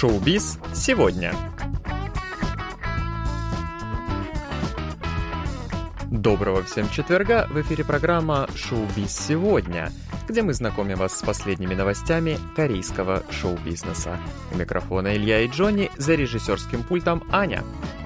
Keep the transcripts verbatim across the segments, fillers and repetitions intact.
Шоу-биз сегодня. Доброго всем четверга! В эфире программа «Шоу-биз сегодня», где мы знакомим вас с последними новостями корейского шоу-бизнеса. У микрофона Илья и Джонни, за режиссерским пультом Аня.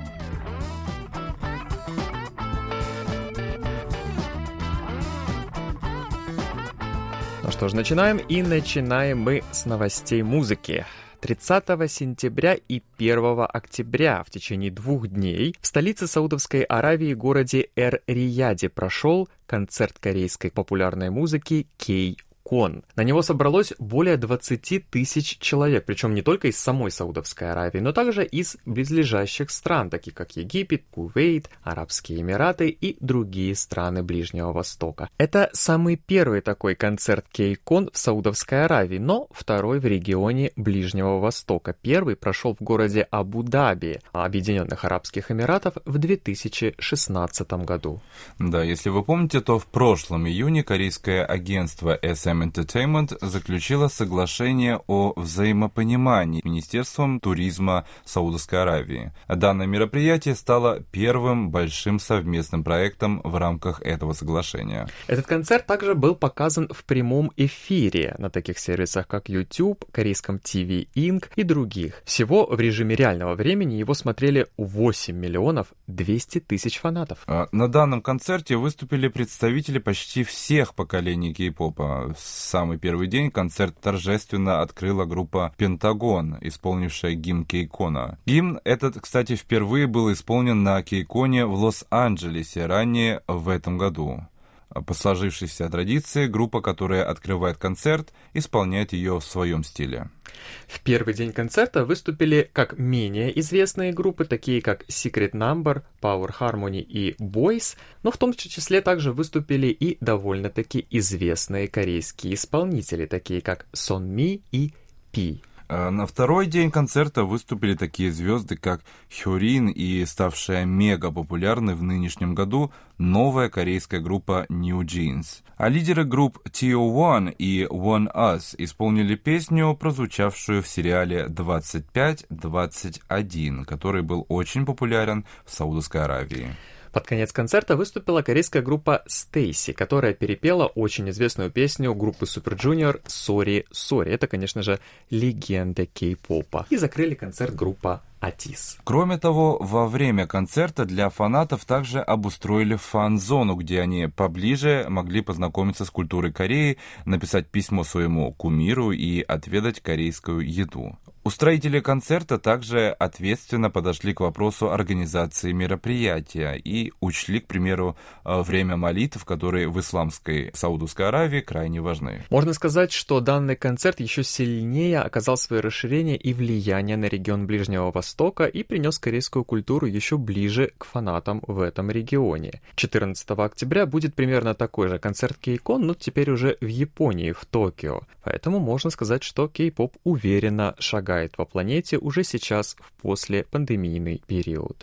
Ну что ж, начинаем. И начинаем мы с новостей музыки. тридцатого сентября и первого октября в течение двух дней в столице Саудовской Аравии, городе Эр-Рияде, прошел концерт корейской популярной музыки K-Con. На него собралось более двадцати тысяч человек, причем не только из самой Саудовской Аравии, но также из близлежащих стран, таких как Египет, Кувейт, Арабские Эмираты и другие страны Ближнего Востока. Это самый первый такой концерт K-Con в Саудовской Аравии, но второй в регионе Ближнего Востока. Первый прошел в городе Абу-Даби, Объединенных Арабских Эмиратов, в две тысячи шестнадцатом году. Да, если вы помните, то в прошлом июне корейское агентство эс эм Entertainment заключило соглашение о взаимопонимании с Министерством туризма Саудовской Аравии. Данное мероприятие стало первым большим совместным проектом в рамках этого соглашения. Этот концерт также был показан в прямом эфире на таких сервисах, как YouTube, корейском ти ви Инк и других. Всего в режиме реального времени его смотрели восемь миллионов двести тысяч фанатов. На данном концерте выступили представители почти всех поколений кей-попа. В самый первый день концерт торжественно открыла группа Пентагон, исполнившая гимн K-Con. Гимн этот, кстати, впервые был исполнен на K-Con в Лос-Анджелесе ранее в этом году. По сложившейся традиции, группа, которая открывает концерт, исполняет ее в своем стиле. В первый день концерта выступили как менее известные группы, такие как Secret Number, Power Harmony и Boys, но в том числе также выступили и довольно-таки известные корейские исполнители, такие как Sunmi и P. На второй день концерта выступили такие звезды, как Хёрин и ставшая мега популярной в нынешнем году новая корейская группа New Jeans. А лидеры групп ти о один и One Us исполнили песню, прозвучавшую в сериале двадцать пять двадцать один, который был очень популярен в Саудовской Аравии. Под конец концерта выступила корейская группа Stacy, которая перепела очень известную песню группы Super Junior «Sorry, Sorry». Это, конечно же, легенда кей-попа. И закрыли концерт группа Атис. Кроме того, во время концерта для фанатов также обустроили фан-зону, где они поближе могли познакомиться с культурой Кореи, написать письмо своему кумиру и отведать корейскую еду. Устроители концерта также ответственно подошли к вопросу организации мероприятия и учли, к примеру, время молитв, которые в исламской Саудовской Аравии крайне важны. Можно сказать, что данный концерт еще сильнее оказал свое расширение и влияние на регион Ближнего Востока и принес корейскую культуру еще ближе к фанатам в этом регионе. четырнадцатого октября будет примерно такой же концерт K-Con, но теперь уже в Японии, в Токио. Поэтому можно сказать, что кей-поп уверенно шагает по планете уже сейчас в послепандемийный период.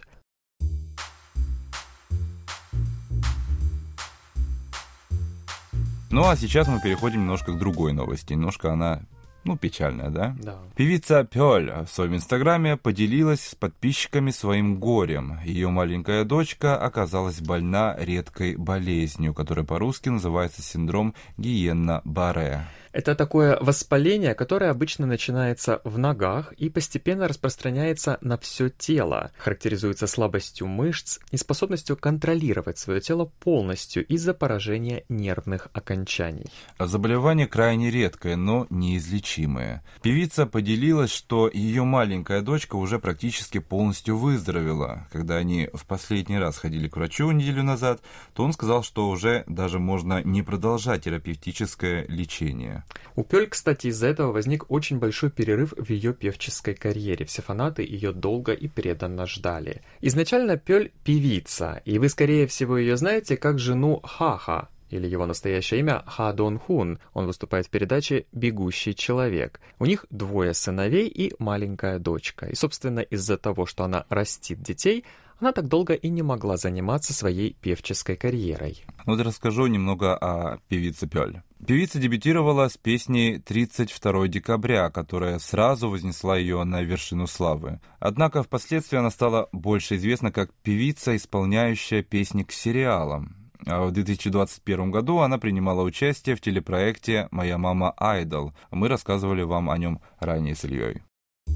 Ну а сейчас мы переходим немножко к другой новости. Немножко она, ну, печальная, да? Да. Певица Пёль в своем инстаграме поделилась с подписчиками своим горем. Ее маленькая дочка оказалась больна редкой болезнью, которая по-русски называется синдром Гиенна-Барре. Это такое воспаление, которое обычно начинается в ногах и постепенно распространяется на все тело. Характеризуется слабостью мышц, неспособностью контролировать свое тело полностью из-за поражения нервных окончаний. Заболевание крайне редкое, но неизлечимое. Певица поделилась, что ее маленькая дочка уже практически полностью выздоровела. Когда они в последний раз ходили к врачу неделю назад, то он сказал, что уже даже можно не продолжать терапевтическое лечение. У Пёль, кстати, из-за этого возник очень большой перерыв в ее певческой карьере. Все фанаты ее долго и преданно ждали. Изначально Пёль певица, и вы, скорее всего, ее знаете как жену Хаха, или его настоящее имя Ха Дон Хун. Он выступает в передаче «Бегущий человек». У них двое сыновей и маленькая дочка. И, собственно, из-за того, что она растит детей, она так долго и не могла заниматься своей певческой карьерой. Вот расскажу немного о певице Пёль. Певица дебютировала с песней тридцать второго декабря, которая сразу вознесла ее на вершину славы. Однако впоследствии она стала больше известна как певица, исполняющая песни к сериалам. А в две тысячи двадцать первом году она принимала участие в телепроекте «Моя мама Айдол». Мы рассказывали вам о нем ранее с Ильей.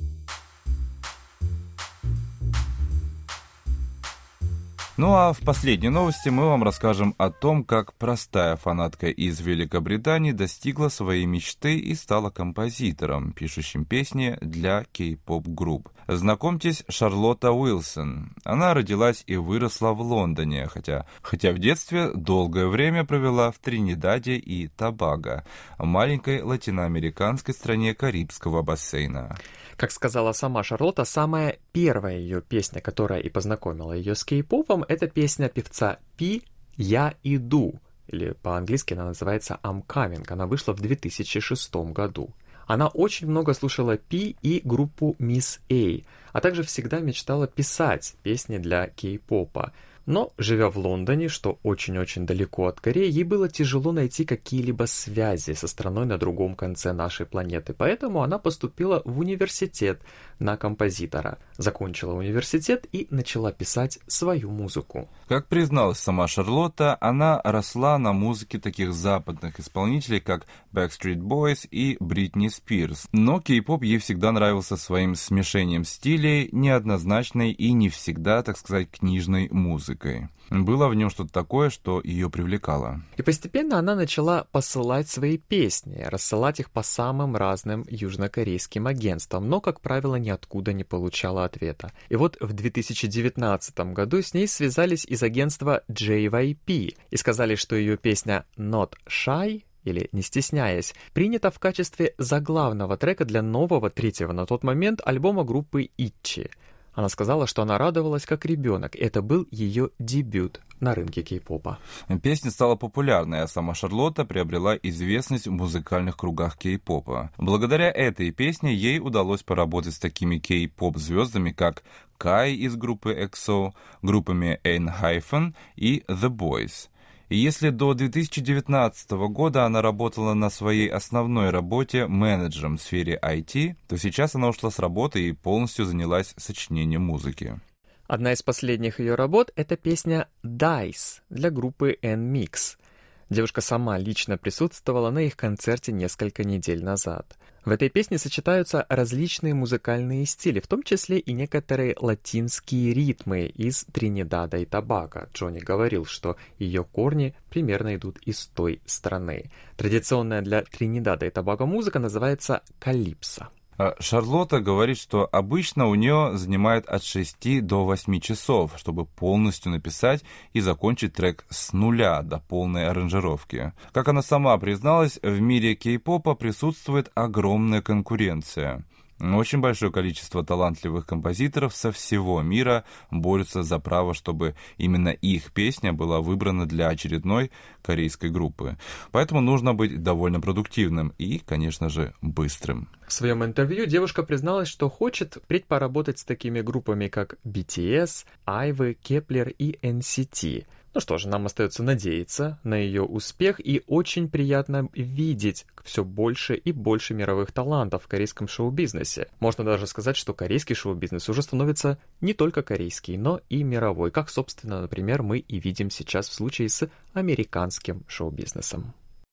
Ну а в последней новости мы вам расскажем о том, как простая фанатка из Великобритании достигла своей мечты и стала композитором, пишущим песни для кей-поп-групп. Знакомьтесь, Шарлотта Уилсон. Она родилась и выросла в Лондоне, хотя, хотя в детстве долгое время провела в Тринидаде и Тобаго, маленькой латиноамериканской стране Карибского бассейна. Как сказала сама Шарлотта, самая первая ее песня, которая и познакомила ее с кей-попом, это песня певца Пи «Я иду», или по-английски она называется «I'm coming». Она вышла в две тысячи шестом году. Она очень много слушала Пи и группу Miss A, а также всегда мечтала писать песни для кей-попа. Но, живя в Лондоне, что очень-очень далеко от Кореи, ей было тяжело найти какие-либо связи со страной на другом конце нашей планеты. Поэтому она поступила в университет на композитора, закончила университет и начала писать свою музыку. Как призналась сама Шарлотта, она росла на музыке таких западных исполнителей, как Backstreet Boys и Бритни Спирс. Но кей-поп ей всегда нравился своим смешением стилей, неоднозначной и не всегда, так сказать, книжной музыкой. Было в нем что-то такое, что ее привлекало. И постепенно она начала посылать свои песни, рассылать их по самым разным южнокорейским агентствам, но, как правило, ниоткуда не получала ответа. И вот в две тысячи девятнадцатом году с ней связались из агентства джей вай пи и сказали, что ее песня «Not Shy», или «Не стесняясь», принята в качестве заглавного трека для нового, третьего на тот момент альбома группы Итчи. Она сказала, что она радовалась как ребенок. Это был ее дебют на рынке кей-попа. Песня стала популярной, а сама Шарлотта приобрела известность в музыкальных кругах кей-попа. Благодаря этой песне ей удалось поработать с такими кей-поп-звездами, как Кай из группы икс о, группами N-Hyphen и The Boys. И если до две тысячи девятнадцатого года она работала на своей основной работе менеджером в сфере ай ти, то сейчас она ушла с работы и полностью занялась сочинением музыки. Одна из последних ее работ — это песня «Dice» для группы N-Mix. Девушка сама лично присутствовала на их концерте несколько недель назад. В этой песне сочетаются различные музыкальные стили, в том числе и некоторые латинские ритмы из Тринидада и Тобаго. Джонни говорил, что ее корни примерно идут из той страны. Традиционная для Тринидада и Тобаго музыка называется калипсо. Шарлотта говорит, что обычно у нее занимает от шести до восьми часов, чтобы полностью написать и закончить трек с нуля до полной аранжировки. Как она сама призналась, в мире кей-попа присутствует огромная конкуренция. Очень большое количество талантливых композиторов со всего мира борются за право, чтобы именно их песня была выбрана для очередной корейской группы. Поэтому нужно быть довольно продуктивным и, конечно же, быстрым. В своем интервью девушка призналась, что хочет впредь поработать с такими группами, как би ти эс, Айвы, Кеплер и эн си ти. Ну что же, нам остается надеяться на ее успех, и очень приятно видеть все больше и больше мировых талантов в корейском шоу-бизнесе. Можно даже сказать, что корейский шоу-бизнес уже становится не только корейский, но и мировой, как, собственно, например, мы и видим сейчас в случае с американским шоу-бизнесом.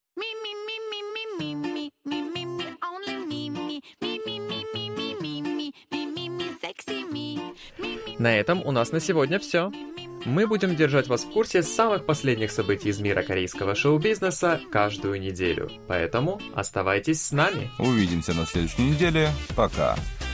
На этом у нас на сегодня все. Мы будем держать вас в курсе самых последних событий из мира корейского шоу-бизнеса каждую неделю. Поэтому оставайтесь с нами. Увидимся на следующей неделе. Пока.